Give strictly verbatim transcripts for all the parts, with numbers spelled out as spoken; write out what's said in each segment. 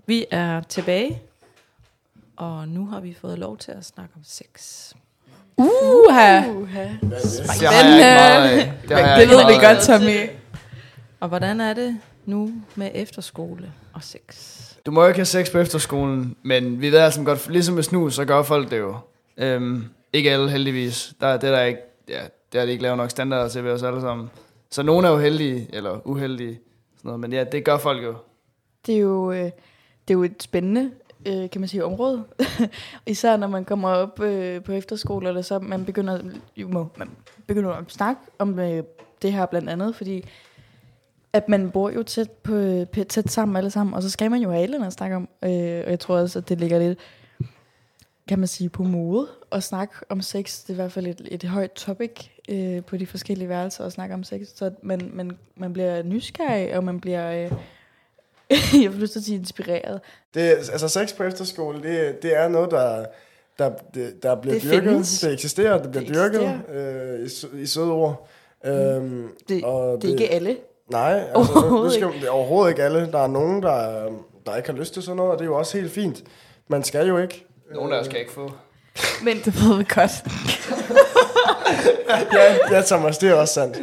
Vi er tilbage, og nu har vi fået lov til at snakke om sex. Uha! Uha. Det har jeg ikke meget af. Det, har jeg Det ikke ved vi meget af. godt, Tommy. Og hvordan er det nu med efterskole og sex? Du må jo ikke have sex på efterskolen, men vi ved altså godt, ligesom med snus, så gør folk det jo. Øhm, ikke alle heldigvis. Der, det er der ikke, ja, det er de ikke lavet nok standarder til ved os alle sammen. Så nogle er jo heldige, eller uheldige, sådan noget. Men ja, det gør folk jo. Det er jo, øh, det er jo et spændende, øh, kan man sige, område. Især når man kommer op øh, på efterskoler, så man begynder, jo, må, man begynder at snakke om øh, det her blandt andet, fordi at man bor jo tæt, på, tæt sammen alle sammen, og så skal man jo have alle at snakke om. Øh, og jeg tror også, at det ligger lidt, kan man sige, på mode at snakke om sex. Det er i hvert fald et, et højt topic øh, på de forskellige værelser at snakke om sex. Så man, man, man bliver nysgerrig, og man bliver, øh, jeg får lyst til at sige, inspireret. Det, altså sex på efterskole, det, det er noget, der, der, det, der bliver Det dyrket. findes. Det eksisterer, det bliver Det dyrket øh, i, sø- i søde ord. Mm. Øhm, Det, og det er ikke alle. Nej, altså, Overhovedet nu skal, det er overhovedet ikke alle. Der er nogen, der, der ikke har lyst til sådan noget, og det er jo også helt fint. Man skal jo ikke. Nogle af os skal ikke få. Men det ved vi godt. Ja, ja, Thomas, det er også sandt.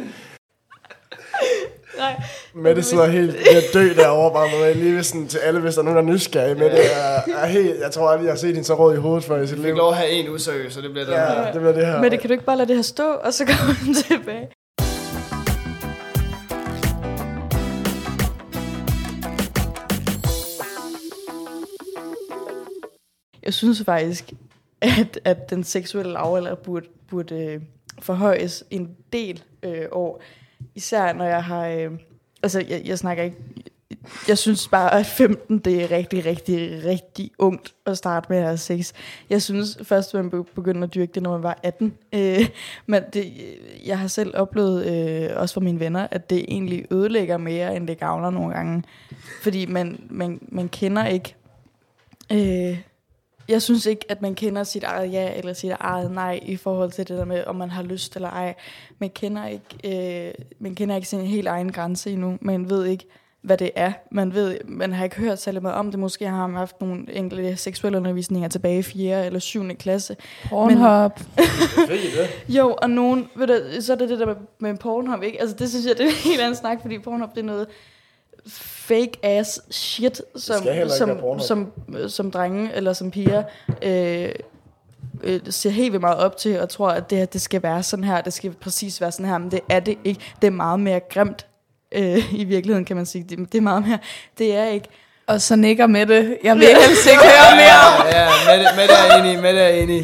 Nej. Mette sidder helt ved at dø derovre, bare med lige ved sådan, til alle, hvis der er nogen, der er nysgerrige. Mette er, er helt, jeg tror aldrig, jeg har set hende så rød i hovedet før i sit Vi liv. fik lov at have en useriøs, så det bliver den her. Ja, det bliver det her. Men det kan du ikke bare lade det her stå, og så kommer den tilbage. Jeg synes faktisk, at, at den seksuelle lavalder burde, burde øh, forhøjes en del øh, år. Især når jeg har... Øh, altså, jeg, jeg snakker ikke... Jeg synes bare, at femten, det er rigtig, rigtig, rigtig ungt at starte med at have sex. Jeg synes først, at man begyndte at dyrke det, når man var atten. Øh, men det, jeg har selv oplevet, øh, også fra mine venner, at det egentlig ødelægger mere, end det gavner nogle gange. Fordi man, man, man kender ikke... Øh, jeg synes ikke, at man kender sit eget ja eller sit eget nej i forhold til det der med, om man har lyst eller ej. Man kender ikke, øh, man kender ikke sin helt egen grænse endnu. Man ved ikke, hvad det er. Man ved, man har ikke hørt særlig meget om det. Måske har man haft nogle enkelte seksuelle undervisninger tilbage i fjerde eller syvende klasse. Pornhub. det. Jo, og nogen, ved du, så er det det der med, med Pornhub, ikke? Altså det synes jeg, det er en helt anden snak, fordi Pornhub, det er noget fake ass shit, som, som, som, som drenge eller som piger øh, øh, ser helt vildt meget op til, og tror, at det her, det skal være sådan her, det skal præcis være sådan her, men det er det ikke. Det er meget mere grimt øh, i virkeligheden, kan man sige. Det, det er meget mere, det er ikke. Og så nikker med det. Jeg vil helst ikke høre mere. Ja, ja, Mette, Mette er enig, Mette er enig.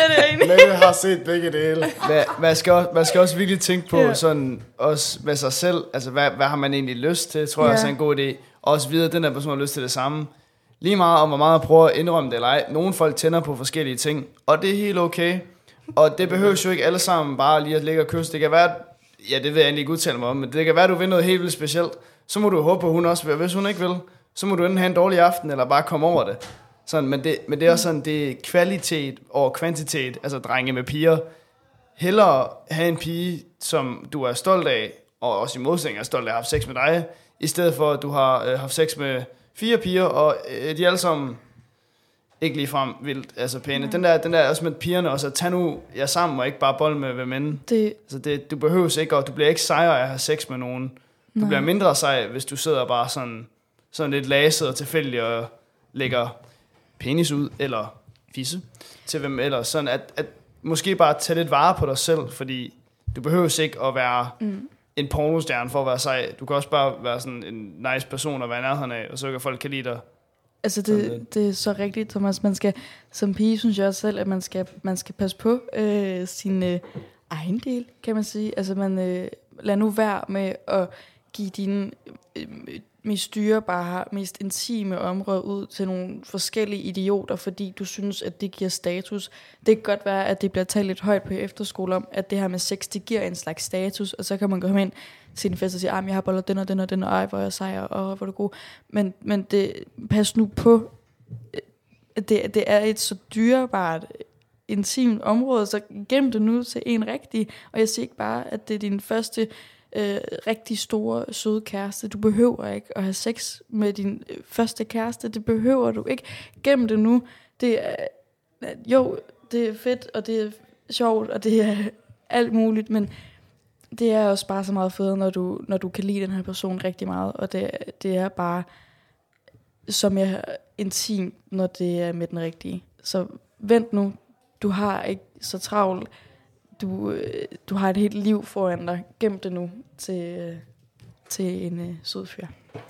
Mette har set begge dele. Man, man, skal også, man skal også virkelig tænke på Ja. sådan, også med sig selv, altså hvad, hvad har man egentlig lyst til, tror jeg Ja. også er en god idé. Og også vide, at den der person har lyst til det samme. Lige meget om, hvor meget at prøve at indrømme det eller ej. Nogle folk tænder på forskellige ting, og det er helt okay. Og det behøver jo ikke alle sammen bare lige at ligge og kysse. Det kan være, ja, det vil jeg egentlig ikke udtale mig om, men det kan være, at du vil noget helt vildt specielt. Så må du håbe på, at hun også vil. Hvis hun ikke vil, så må du enten have en dårlig aften, eller bare komme over det. Sådan, men, det men det er også sådan, det er kvalitet og kvantitet, altså drenge med piger. Hellere have en pige, som du er stolt af, og også i modsætning er stolt af at have haft sex med dig, i stedet for, at du har øh, haft sex med fire piger, og øh, de er alle sammen ikke ligefrem vildt, altså pæne. Mm. Den der, den der også med pigerne, også at tage nu jer sammen, og ikke bare bold med mænd. Det, Altså det, du behøves ikke, og du bliver ikke sejere af at have sex med nogen. Du Nej. bliver mindre sej, hvis du sidder bare sådan, sådan lidt laset og tilfældig og lægger penis ud, eller fisse, til hvem ellers. Sådan at, at måske bare tage lidt vare på dig selv, fordi du behøves ikke at være mm. en pornostjerne for at være sej. Du kan også bare være sådan en nice person at være nærheden af, og så kan folk kan lide dig. altså det, det er så rigtigt, Thomas. Man skal, som pige synes jeg også selv, at man skal, man skal passe på øh, sin øh, egen del, kan man sige. Altså man øh, lad nu være med at give dine øh, mest dyrebare, mest intime områder ud til nogle forskellige idioter, fordi du synes, at det giver status. Det kan godt være, at det bliver talt lidt højt på efterskole om, at det her med sex, det giver en slags status, og så kan man gå ind til en fest og sige, at jeg har bollet den og den og den, og ej, hvor er jeg sej, og hvor er du god. Men, men det, pas nu på, det, det er et så dyrebart, intimt område, så gem det nu til en rigtig, og jeg siger ikke bare, at det er din første øh, rigtig store, søde kæreste. Du behøver ikke at have sex med din øh, første kæreste. Det behøver du ikke. Gem det nu. Det er, jo, det er fedt, og det er sjovt, og det er alt muligt, men det er også bare så meget federe, når du, når du kan lide den her person rigtig meget, og det, det er bare så mere intimt, når det er med den rigtige. Så vent nu. Du har ikke så travlt. Du, du har et helt liv foran dig. Gem det nu til, til en uh, sød fyr.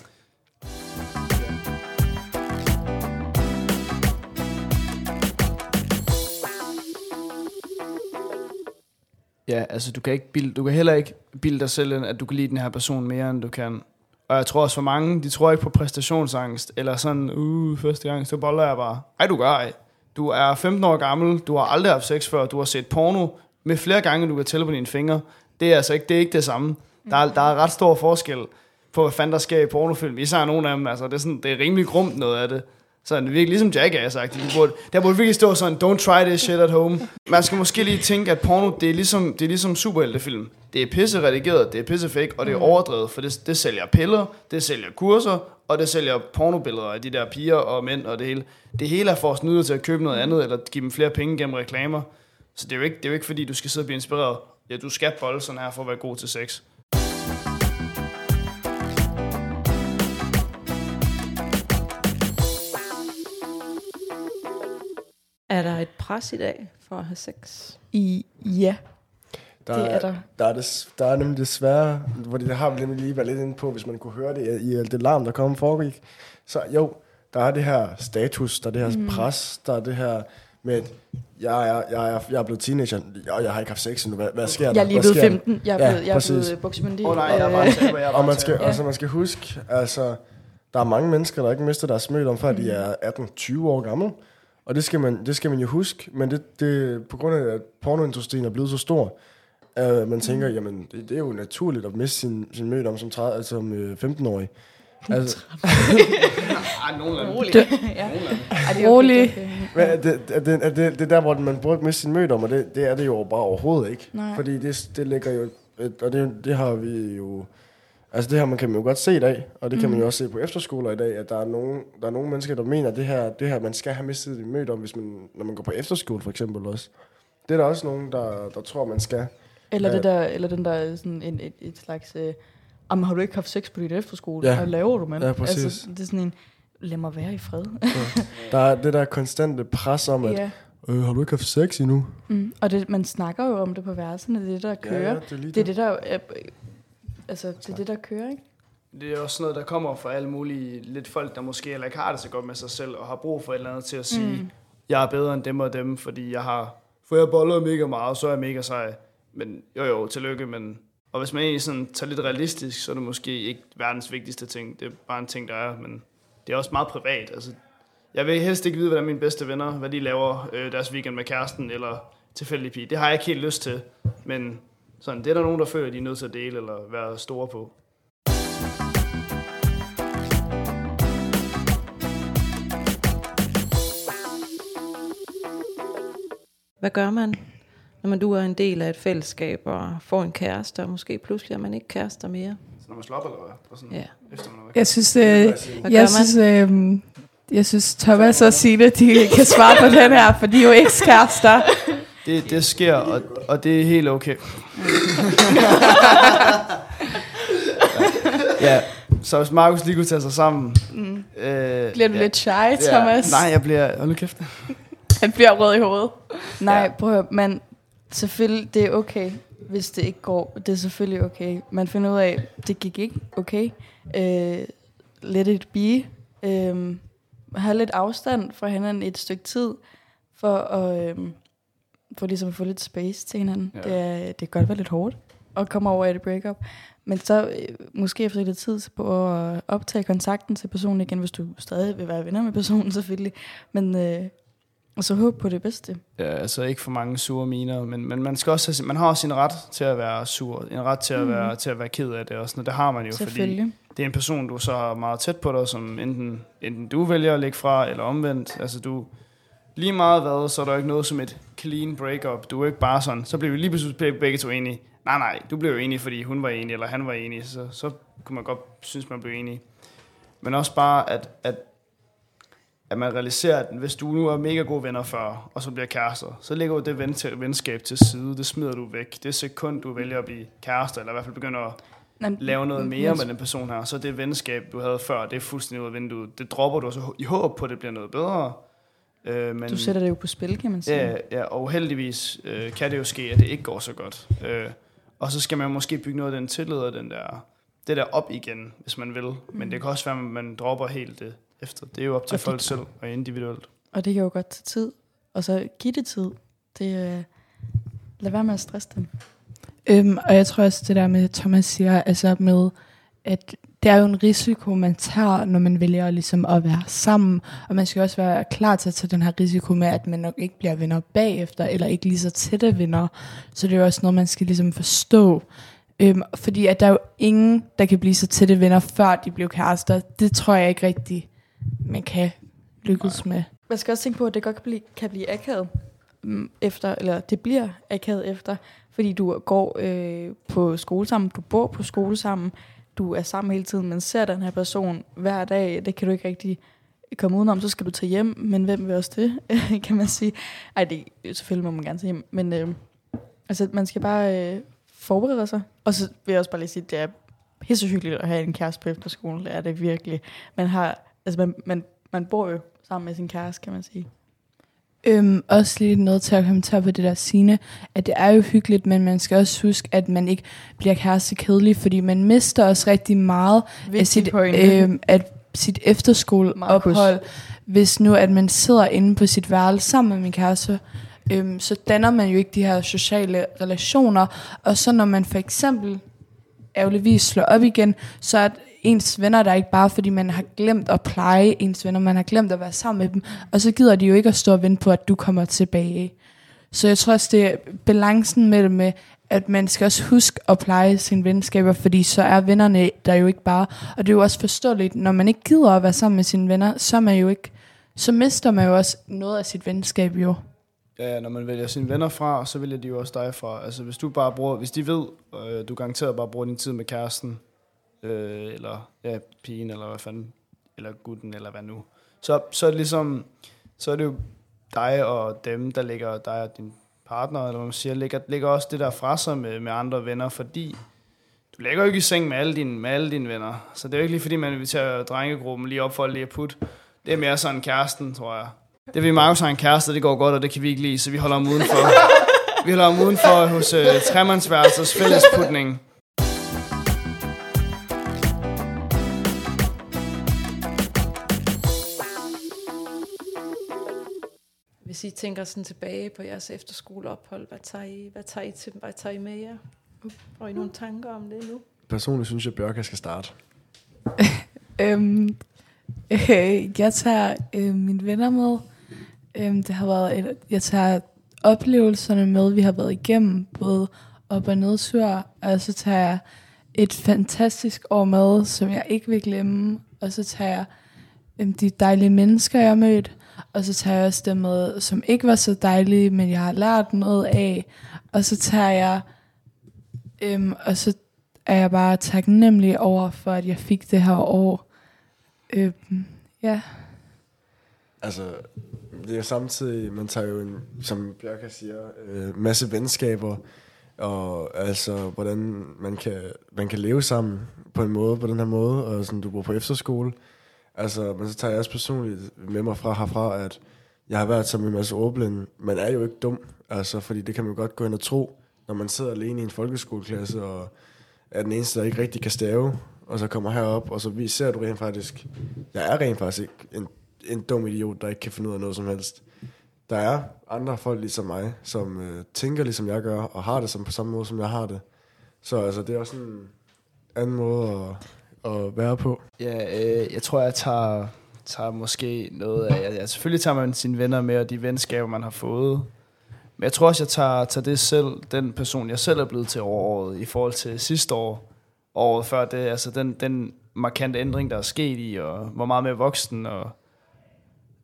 Ja, altså du kan, ikke bilde, du kan heller ikke bilde dig selv ind, at du kan lide den her person mere, end du kan. Og jeg tror også for mange, de tror ikke på præstationsangst, eller sådan, uh, første gang, så boller jeg bare. Ej, du gør ej. Du er femten år gammel, du har aldrig haft sex før, du har set porno med flere gange, du kan tælle på dine fingre. Det er altså ikke det, er ikke det samme. Der er, der er ret stor forskel på, hvad fanden der sker i pornofilm. Især nogle af dem, altså det er, sådan, det er rimelig grumt noget af det. Så det er virkelig ligesom Jackass sagt. Burde, der burde virkelig stå sådan, don't try this shit at home. Man skal måske lige tænke, at porno, det er ligesom, det er ligesom superheltefilm. Det er pisse redigeret, det er pisse fake, og det er overdrevet, for det, det sælger piller, det sælger kurser, og det sælger pornobilleder af de der piger og mænd og det hele. Det hele er for at snyde til at købe noget andet, eller give dem flere penge gennem reklamer. Så det er jo ikke, det er jo ikke fordi, du skal sidde og blive inspireret. Ja, du skal bolle sådan her for at være god til sex. Er der et pres i dag for at have sex? I, ja, Der det er der. Der er, des, der er nemlig desværre, fordi det har vi nemlig lige været lidt inde på, hvis man kunne høre det i alt det larm, der kom foregik. Så jo, der er det her status, der er det her mm. pres, der er det her med, at jeg er, jeg er, jeg er blevet teenager, og jeg har ikke haft sex endnu. Hvad, hvad sker der? Jeg er lige blevet femten. Jeg er Ja, blevet, jeg er præcis. blevet buksemyndig. Åh oh, nej, jeg er bare taber, jeg er bare Og man skal, taber. altså, man skal huske, altså, der er mange mennesker, der ikke mister deres mød om, før mm. de er atten tyve år gamle. Og det skal man, det skal man jo huske, men det, det på grund af, at pornoindustrien er blevet så stor, uh, man tænker, mm. jamen, det, det er jo naturligt at miste sin, sin mødom som, tredive, altså, som uh, femten-årig. Altså, Ej, nogen af dem. Rolig. Ja. Ej, det er Rolig. okay, okay. det, det, det, det, det, det er der, hvor man burde miste sin mødom, og det, det er det jo bare overhovedet ikke. Nej. Fordi det, det ligger jo, et, og det, det har vi jo, altså det her man kan man jo godt se i dag, og det kan mm. man jo også se på efterskoler i dag, at der er nogle, der er nogle mennesker, der mener, at det her, det her man skal have mistet sin mødom, hvis man, når man går på efterskole for eksempel også. Det er der også nogen, der, der tror, man skal. Eller, Ja. det der, eller den der sådan en, et, et slags... Øh, Jamen, har du ikke haft sex på dit efterskole? Ja. Hvad laver du, mand? Ja, præcis. Altså, det er sådan en, lad mig være i fred. Der er det der konstante pres om, at Ja. øh, har du ikke haft sex endnu? Mm. Og det, man snakker jo om det på værelserne, det er det, der kører. Ja, ja, det er lige det er det, der... Er, altså, det er det, der kører, ikke? Det er også noget, der kommer fra alle mulige lidt folk, der måske heller ikke har det så godt med sig selv, og har brug for et eller andet til at sige, mm. jeg er bedre end dem og dem, fordi jeg har, for jeg boller mega meget, så er jeg mega sej. Men jo jo, tillykke, men... Og hvis man egentlig sådan tager lidt realistisk, så er det måske ikke verdens vigtigste ting. Det er bare en ting, der er, men det er også meget privat. Altså, jeg vil helst ikke vide, hvordan mine bedste venner, hvad de laver øh, deres weekend med kæresten eller tilfældig pige. Det har jeg ikke helt lyst til, men sådan, det er der nogen, der føler, de er nødt til at dele eller være store på. Hvad gør man, når man du er en del af et fællesskab og får en kæreste, og måske pludselig er man ikke kærester mere? Så når man slår op, eller hvad? Og sådan, Ja. efter man har været Jeg synes, øh, Hvad gør jeg man? synes, øh, jeg synes Thomas og Signe, de kan svare på den her, for de er jo ekskærester. Det, det sker, og, og det er helt okay. ja. ja, så hvis Markus lige kunne tage sig sammen... Mm. Øh, Bliver du ja. lidt shy, Thomas? Ja, nej, jeg bliver... Hold nu kæft. Han bliver rød i hovedet. Nej, Ja. prøv at høre, man, selvfølgelig, det er okay, hvis det ikke går. Det er selvfølgelig okay. Man finder ud af, det gik ikke okay. Uh, let it be. Uh, have lidt afstand fra hinanden et stykke tid, for at, uh, for ligesom at få lidt space til hinanden. Ja. Det, er, det kan godt være lidt hårdt at komme over i et breakup. Men så uh, måske efter lidt tid på at optage kontakten til personen igen, hvis du stadig vil være venner med personen selvfølgelig. Men... Uh, Og så håb på det bedste. Ja, altså ikke for mange sure miner, men, men man skal også have, man har også sin ret til at være sur, en ret til at Mm. være til at være ked af det også. Det har man jo, fordi Selvfølgelig. det er en person du så har meget tæt på dig, som enten enten du vælger at lægge fra eller omvendt. Altså du lige meget hvad, så er der ikke noget som et clean breakup. Du er ikke bare sådan, så bliver vi lige pludselig begge to enige. Nej, nej, du blev jo enig, fordi hun var enig, eller han var enig, så, så kunne man godt synes, man blev enig. Men også bare, at, at, at man realiserer, at hvis du nu er mega gode venner før, og så bliver kærester, så lægger du det ven til, venskab til side, det smider du væk. Det sekund, du vælger at blive kærester, eller i hvert fald begynder at Nej, lave noget mere med den person her, så det venskab, du havde før, det er fuldstændig ud af vinduet. Det dropper du også i håb på, at det bliver noget bedre. Øh, men, du sætter det jo på spil, kan man sige. Ja, ja og heldigvis øh, kan det jo ske, at det ikke går så godt. Øh, og så skal man måske bygge noget af den tillid og den der, det der op igen, hvis man vil. Mm. Men det kan også være, at man dropper helt det efter. Det er jo op til og folk det, selv og individuelt. Og det kan jo godt tage tid. Og så give det tid. Det, øh, lad være med at stresse dem. Øhm, og jeg tror også, det der med, Thomas siger, altså med, at det er jo en risiko, man tager, når man vælger ligesom at være sammen. Og man skal også være klar til at tage den her risiko med, at man nok ikke bliver venner bagefter, eller ikke lige så tætte venner. Så det er jo også noget, man skal ligesom forstå. Øhm, fordi at der er jo ingen, der kan blive så tætte venner, før de bliver kærester. Det tror jeg ikke rigtigt, man kan lykkes med. Man skal også tænke på, at det godt kan blive, kan blive akavet efter, eller det bliver akavet efter, fordi du går øh, på skole sammen, du bor på skole sammen, du er sammen hele tiden, men ser den her person hver dag, det kan du ikke rigtig komme udenom, så skal du tage hjem, men hvem vil også det, kan man sige. Ej, det selvfølgelig må man gerne tage hjem, men øh, altså, man skal bare øh, forberede sig. Og så vil jeg også bare lige sige, at det er pissehyggeligt at have en kæreste på efterskolen, det er det virkelig. Man har, altså man, man, man bor jo sammen med sin kæreste, kan man sige. Øhm, også lige noget til at kommentere på det der Signe, at det er jo hyggeligt, men man skal også huske, at man ikke bliver kærestekedelig, fordi man mister også rigtig meget af sit, øhm, at sit efterskoleophold, hvis nu at man sidder inde på sit værelse sammen med min kæreste, øhm, så danner man jo ikke de her sociale relationer, og så når man for eksempel ærgerligvis slår op igen, så er ens venner der ikke bare, fordi man har glemt at pleje ens venner, man har glemt at være sammen med dem, og så gider de jo ikke at stå og vente på, at du kommer tilbage. Så jeg tror også, det er balancen mellem, at man skal også huske at pleje sine venskaber, fordi så er vennerne der jo ikke bare, og det er jo også forståeligt, når man ikke gider at være sammen med sine venner, så er man jo ikke, så mister man jo også noget af sit venskab jo. Ja, når man vælger sine venner fra, så vælger de jo også dig fra. Altså hvis du bare bruger, hvis de ved, øh, du garanteret bare bruger din tid med kæresten, øh, eller ja, pigen, eller hvad fanden, eller gutten, eller hvad nu. Så, så er det ligesom, så er det jo dig og dem, der ligger, dig og din partner, eller hvad man siger, ligger, ligger også det der fra sig med, med andre venner, fordi du ligger jo ikke i seng med alle dine, med alle dine venner. Så det er jo ikke lige fordi, man inviterer drengegruppen lige op for at lige at putte. Det er mere sådan kæresten, tror jeg. Det vi Markus har en kæreste, det går godt, og det kan vi ikke lide, så vi holder ham udenfor. Vi holder ham udenfor hos uh, tremandsværelsers fællesputning. Hvis I tænker sådan tilbage på jeres efterskoleophold, hvad tager I, hvad tager I, til, hvad tager I med jer? Har I nogle tanker om det nu? Personligt synes jeg, at Bjørka skal starte. øhm, øh, jeg tager øh, mine venner med. Øhm, det har været et, jeg tager oplevelserne med, vi har været igennem, både op- og nedtur, og så tager jeg et fantastisk år med, som jeg ikke vil glemme, og så tager jeg øhm, de dejlige mennesker, jeg har mødt, og så tager jeg også dem med, som ikke var så dejlige, men jeg har lært noget af, og så tager jeg, øhm, og så er jeg bare taknemmelig over, for at jeg fik det her år. Øhm, ja. Altså, det er jo samtidig, man tager jo en, som Bjørka siger, øh, masse venskaber, og altså, hvordan man kan, man kan leve sammen på en måde, på den her måde, og sådan, du bor på efterskole. Altså, men så tager jeg også personligt med mig fra herfra, at jeg har været som en masse ordblinde. Man er jo ikke dum, altså, fordi det kan man godt gå ind og tro, når man sidder alene i en folkeskoleklasse, og er den eneste, der ikke rigtig kan stave, og så kommer herop, og så ser du rent faktisk, jeg er rent faktisk ikke en, en dum idiot, der ikke kan finde ud af noget som helst. Der er andre folk ligesom mig, som øh, tænker ligesom jeg gør, og har det som på samme måde, som jeg har det. Så altså, det er også en anden måde at, at være på. Ja, øh, jeg tror, jeg tager, tager måske noget af... Ja, selvfølgelig tager man sine venner med, og de venskaber, man har fået. Men jeg tror også, jeg tager, tager det selv, den person, jeg selv er blevet til over året, i forhold til sidste år, året før det. Altså den, den markante ændring, der er sket i, og hvor meget mere voksen og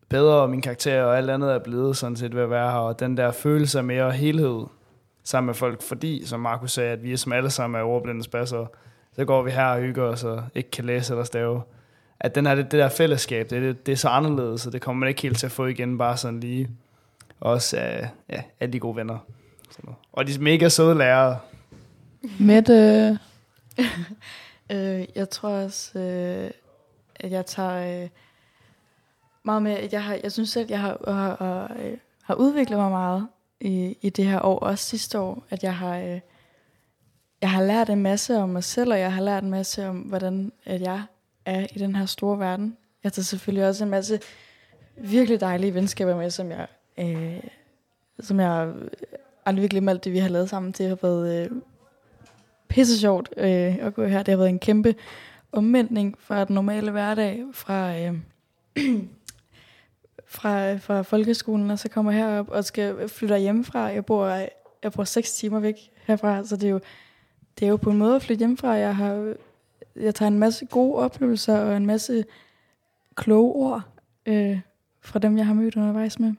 bedre, og min karakter og alt andet er blevet sådan set ved at være her, og den der følelse af mere helhed sammen med folk, fordi, som Markus sagde, at vi er som alle sammen er ordblinde spasser, så går vi her og hygger os og ikke kan læse eller stave. At den her, det, det der fællesskab, det, det, det er så anderledes, så det kommer man ikke helt til at få igen, bare sådan lige. Også af ja, alle de gode venner. Og de mega søde lærere. Mette. øh, jeg tror også, øh, at jeg tager øh, meget med, jeg, har, jeg synes selv, jeg har, har, har, har udviklet mig meget i, i det her år, også sidste år, at jeg har, øh, jeg har lært en masse om mig selv, og jeg har lært en masse om, hvordan at jeg er i den her store verden. Jeg tager selvfølgelig også en masse virkelig dejlige venskaber med, som jeg, øh, som jeg aldrig vil glemme alt det, vi har lavet sammen til. Det har været øh, pisse sjovt øh, at gå her. Det har været en kæmpe omvendning fra den normale hverdag, fra, øh, fra, fra folkeskolen, og så kommer jeg herop og skal flytte hjemmefra. Jeg bor, jeg bor seks timer væk herfra, så det er jo, det er jo på en måde at flytte hjemmefra. Jeg har Jeg tager en masse gode oplevelser og en masse kloge ord øh, fra dem, jeg har mødt undervejs med.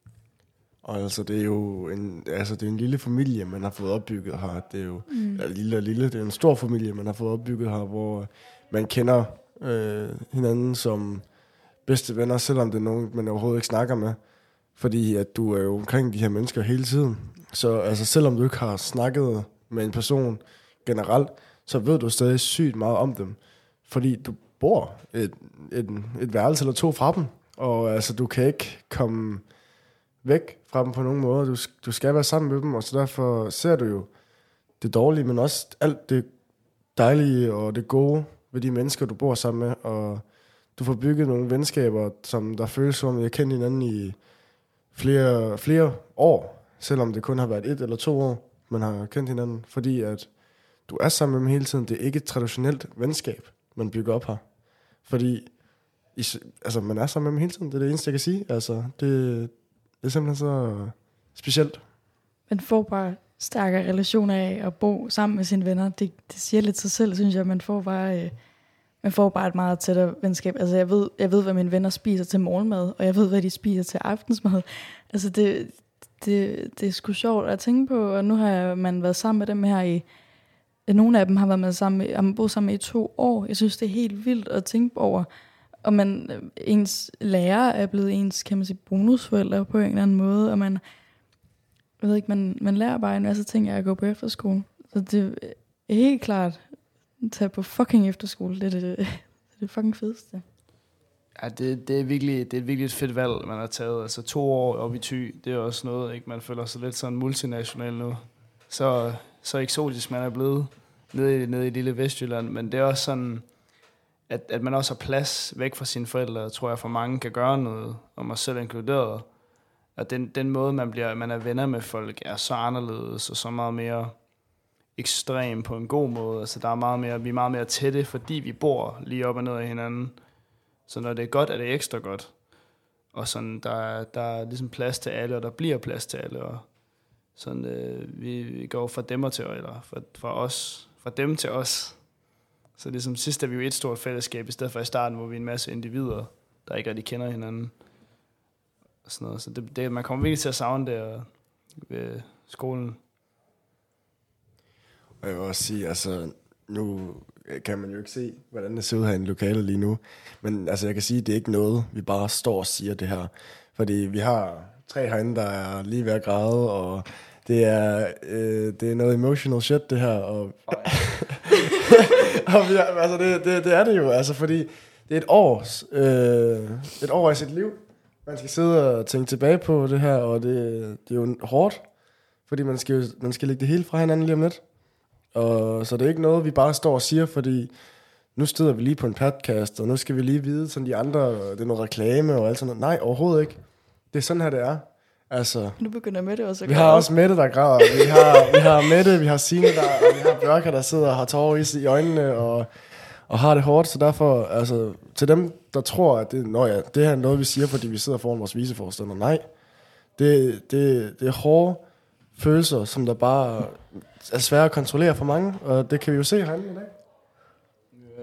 Og altså, det er jo en, altså, det er en lille familie, man har fået opbygget her. Det er jo mm. ja, lille og lille. Det er en stor familie, man har fået opbygget her, hvor man kender øh, hinanden som bedste venner, selvom det er nogen, man overhovedet ikke snakker med. Fordi at du er jo omkring de her mennesker hele tiden. Så altså, selvom du ikke har snakket med en person generelt, så ved du stadig sygt meget om dem. Fordi du bor et, et, et værelse eller to fra dem. Og altså, du kan ikke komme væk fra dem på nogen måde. Du, du skal være sammen med dem, og så derfor ser du jo det dårlige, men også alt det dejlige og det gode ved de mennesker, du bor sammen med. Og du får bygget nogle venskaber, som der føles som, jeg kender hinanden i flere, flere år, selvom det kun har været et eller to år, man har kendt hinanden. Fordi at du er sammen med dem hele tiden. Det er ikke et traditionelt venskab, man bygger op her. Fordi I, altså, man er sammen med dem hele tiden. Det er det eneste, jeg kan sige. Altså, det, det er simpelthen så specielt. Man får bare stærkere relationer af at bo sammen med sine venner. Det, det siger lidt sig selv, synes jeg. Man får bare, øh, man får bare et meget tættere venskab. Altså, jeg ved, jeg ved, hvad mine venner spiser til morgenmad, og jeg ved, hvad de spiser til aftensmad. Altså, det, det, det er sgu sjovt at tænke på, og nu har man været sammen med dem her i nogle af dem har været med sammen, har boet sammen i to år. Jeg synes, det er helt vildt at tænke over. Og man, ens lærer er blevet ens, kan man sige, bonusforældre på en eller anden måde. Og man, jeg ved ikke, man, man lærer bare en masse ting af at gå på efterskole. Så det er helt klart at tage på fucking efterskole. Det er det, det, det, er det fucking fedeste. Ja, det, det, er virkelig, det er virkelig et fedt valg, man har taget. Altså to år oppe i Thy, det er også noget, ikke? Man føler sig lidt sådan multinational nu. Så, så eksotisk man er blevet nede i, nede i lille Vestjylland, men det er også sådan, at, at man også har plads væk fra sine forældre, tror jeg for mange kan gøre noget, og mig selv inkluderet. At den, den måde, man, bliver, man er venner med folk, er så anderledes, og så meget mere ekstrem på en god måde. Altså der er meget mere, vi er meget mere tætte, fordi vi bor lige op og ned af hinanden. Så når det er godt, er det ekstra godt. Og sådan, der, der er ligesom plads til alle, og der bliver plads til alle, og sådan, øh, vi, vi går fra dem til, eller fra, fra os, fra dem til os. Så ligesom sidst er vi jo et stort fællesskab, i stedet for i starten, hvor vi er en masse individer, der ikke rigtig kender hinanden. Og sådan noget. Så det, det, man kommer virkelig til at savne det ved skolen. Og jeg vil også sige, altså, nu kan man jo ikke se, hvordan det ser ud her i lokalet lige nu. Men altså, jeg kan sige, at det er ikke noget, vi bare står og siger det her. Fordi vi har tre herinde, der er lige ved at græde, og det er, øh, det er noget emotional shit, det her. Og, og vi har, altså, det, det, det er det jo, altså, fordi det er et års, øh, et år i sit liv. Man skal sidde og tænke tilbage på det her, og det, det er jo hårdt, fordi man skal, man skal lægge det hele fra hinanden lige om lidt. Og så det er ikke noget, vi bare står og siger, fordi nu støder vi lige på en podcast, og nu skal vi lige vide, sådan de andre, det er noget reklame og alt sådan noget. Nej, overhovedet ikke. Det er sådan her, det er. Altså, nu begynder Mette også at vi har også Mette, der græder. Vi har, vi har Mette, vi har Signe, der, og vi har Bjørka, der sidder og har tårer i, i øjnene, og, og har det hårdt. Så derfor, altså, til dem, der tror, at det, nå ja, det her er noget, vi siger, fordi vi sidder foran vores viceforstander. Nej, det, det, det er hårde følelser, som der bare er svære at kontrollere for mange, og det kan vi jo se herinde i dag.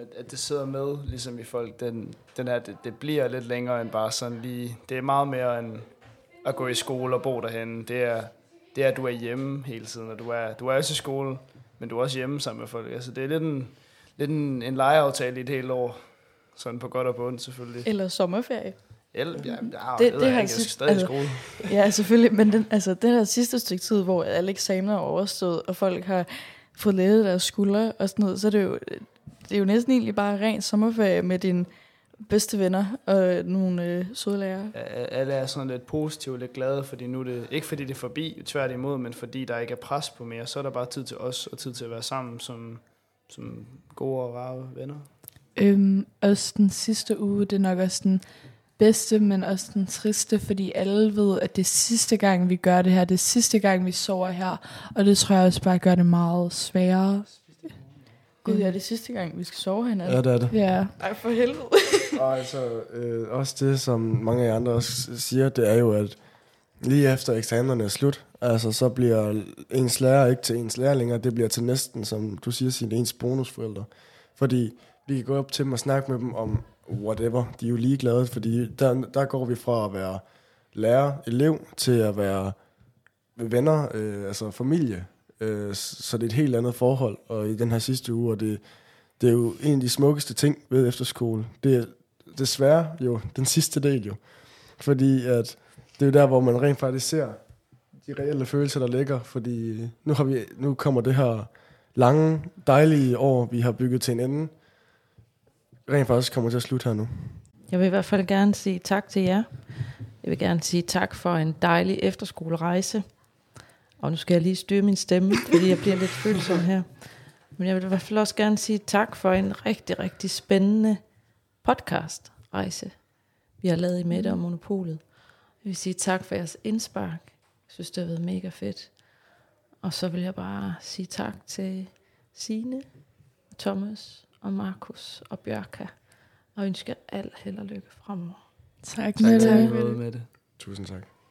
at, at det sidder med, ligesom i folk. Den, den her, det, det bliver lidt længere end bare sådan lige... Det er meget mere end at gå i skole og bo derhenne. Det er, det er at du er hjemme hele tiden, og du er, du er også i skole, men du er også hjemme sammen med folk. Altså, det er lidt en, lidt en, en legeaftale i et helt år. Sådan på godt og på ondt, selvfølgelig. Eller sommerferie. Eller, ja, ja, det, det, det jeg, har jeg skal stadig altså, i skole. Ja, selvfølgelig, men den, altså, det her sidste stykke tid, hvor alle eksamener er overstået, og folk har fået lettet deres skuldre og sådan noget, så er det jo, det er jo næsten egentlig bare ren sommerferie med dine bedste venner og nogle øh, søde lærere. Ja, alle er sådan lidt positive, lidt glade, fordi nu er det, ikke fordi det er forbi, tværtimod, men fordi der ikke er pres på mere, så er der bare tid til os, og tid til at være sammen som, som gode og rare venner. Øhm, også den sidste uge, det er nok også den bedste, men også den triste, fordi alle ved, at det er sidste gang, vi gør det her, det er sidste gang, vi sover her, og det tror jeg også bare gør det meget sværere. Gud, ja, det er sidste gang, vi skal sove hinanden. Ja, det er det. Ja. Ej, for helvede. Og altså, øh, også det, som mange af andre også siger, det er jo, at lige efter eksamenerne er slut, altså så bliver ens lærer ikke til ens lærer længere, det bliver til næsten, som du siger, sine ens bonusforældre. Fordi vi kan gå op til dem og snakke med dem om whatever, de er jo ligeglade, fordi der, der går vi fra at være lærer, elev, til at være venner, øh, altså familie. Øh, så det er et helt andet forhold, og i den her sidste uge, og det, det er jo en af de smukkeste ting ved efterskole. Det er desværre jo den sidste del jo, fordi at det er jo der, hvor man rent faktisk ser de reelle følelser, der ligger, fordi nu, har vi, nu kommer det her lange, dejlige år, vi har bygget til en ende, rent faktisk kommer til at slutte her nu. Jeg vil i hvert fald gerne sige tak til jer. Jeg vil gerne sige tak for en dejlig efterskolerejse. Og nu skal jeg lige styre min stemme, fordi jeg bliver lidt følsom her. Men jeg vil i hvert fald også gerne sige tak for en rigtig, rigtig spændende podcastrejse, vi har lavet i Mette og Monopolet. Jeg vil sige tak for jeres indspark. Jeg synes, det har været mega fedt. Og så vil jeg bare sige tak til Signe, Thomas og Markus og Bjørka. Og ønsker jer al held og lykke fremover. Tak, Tak, Mette. tak med det. Tusind tak.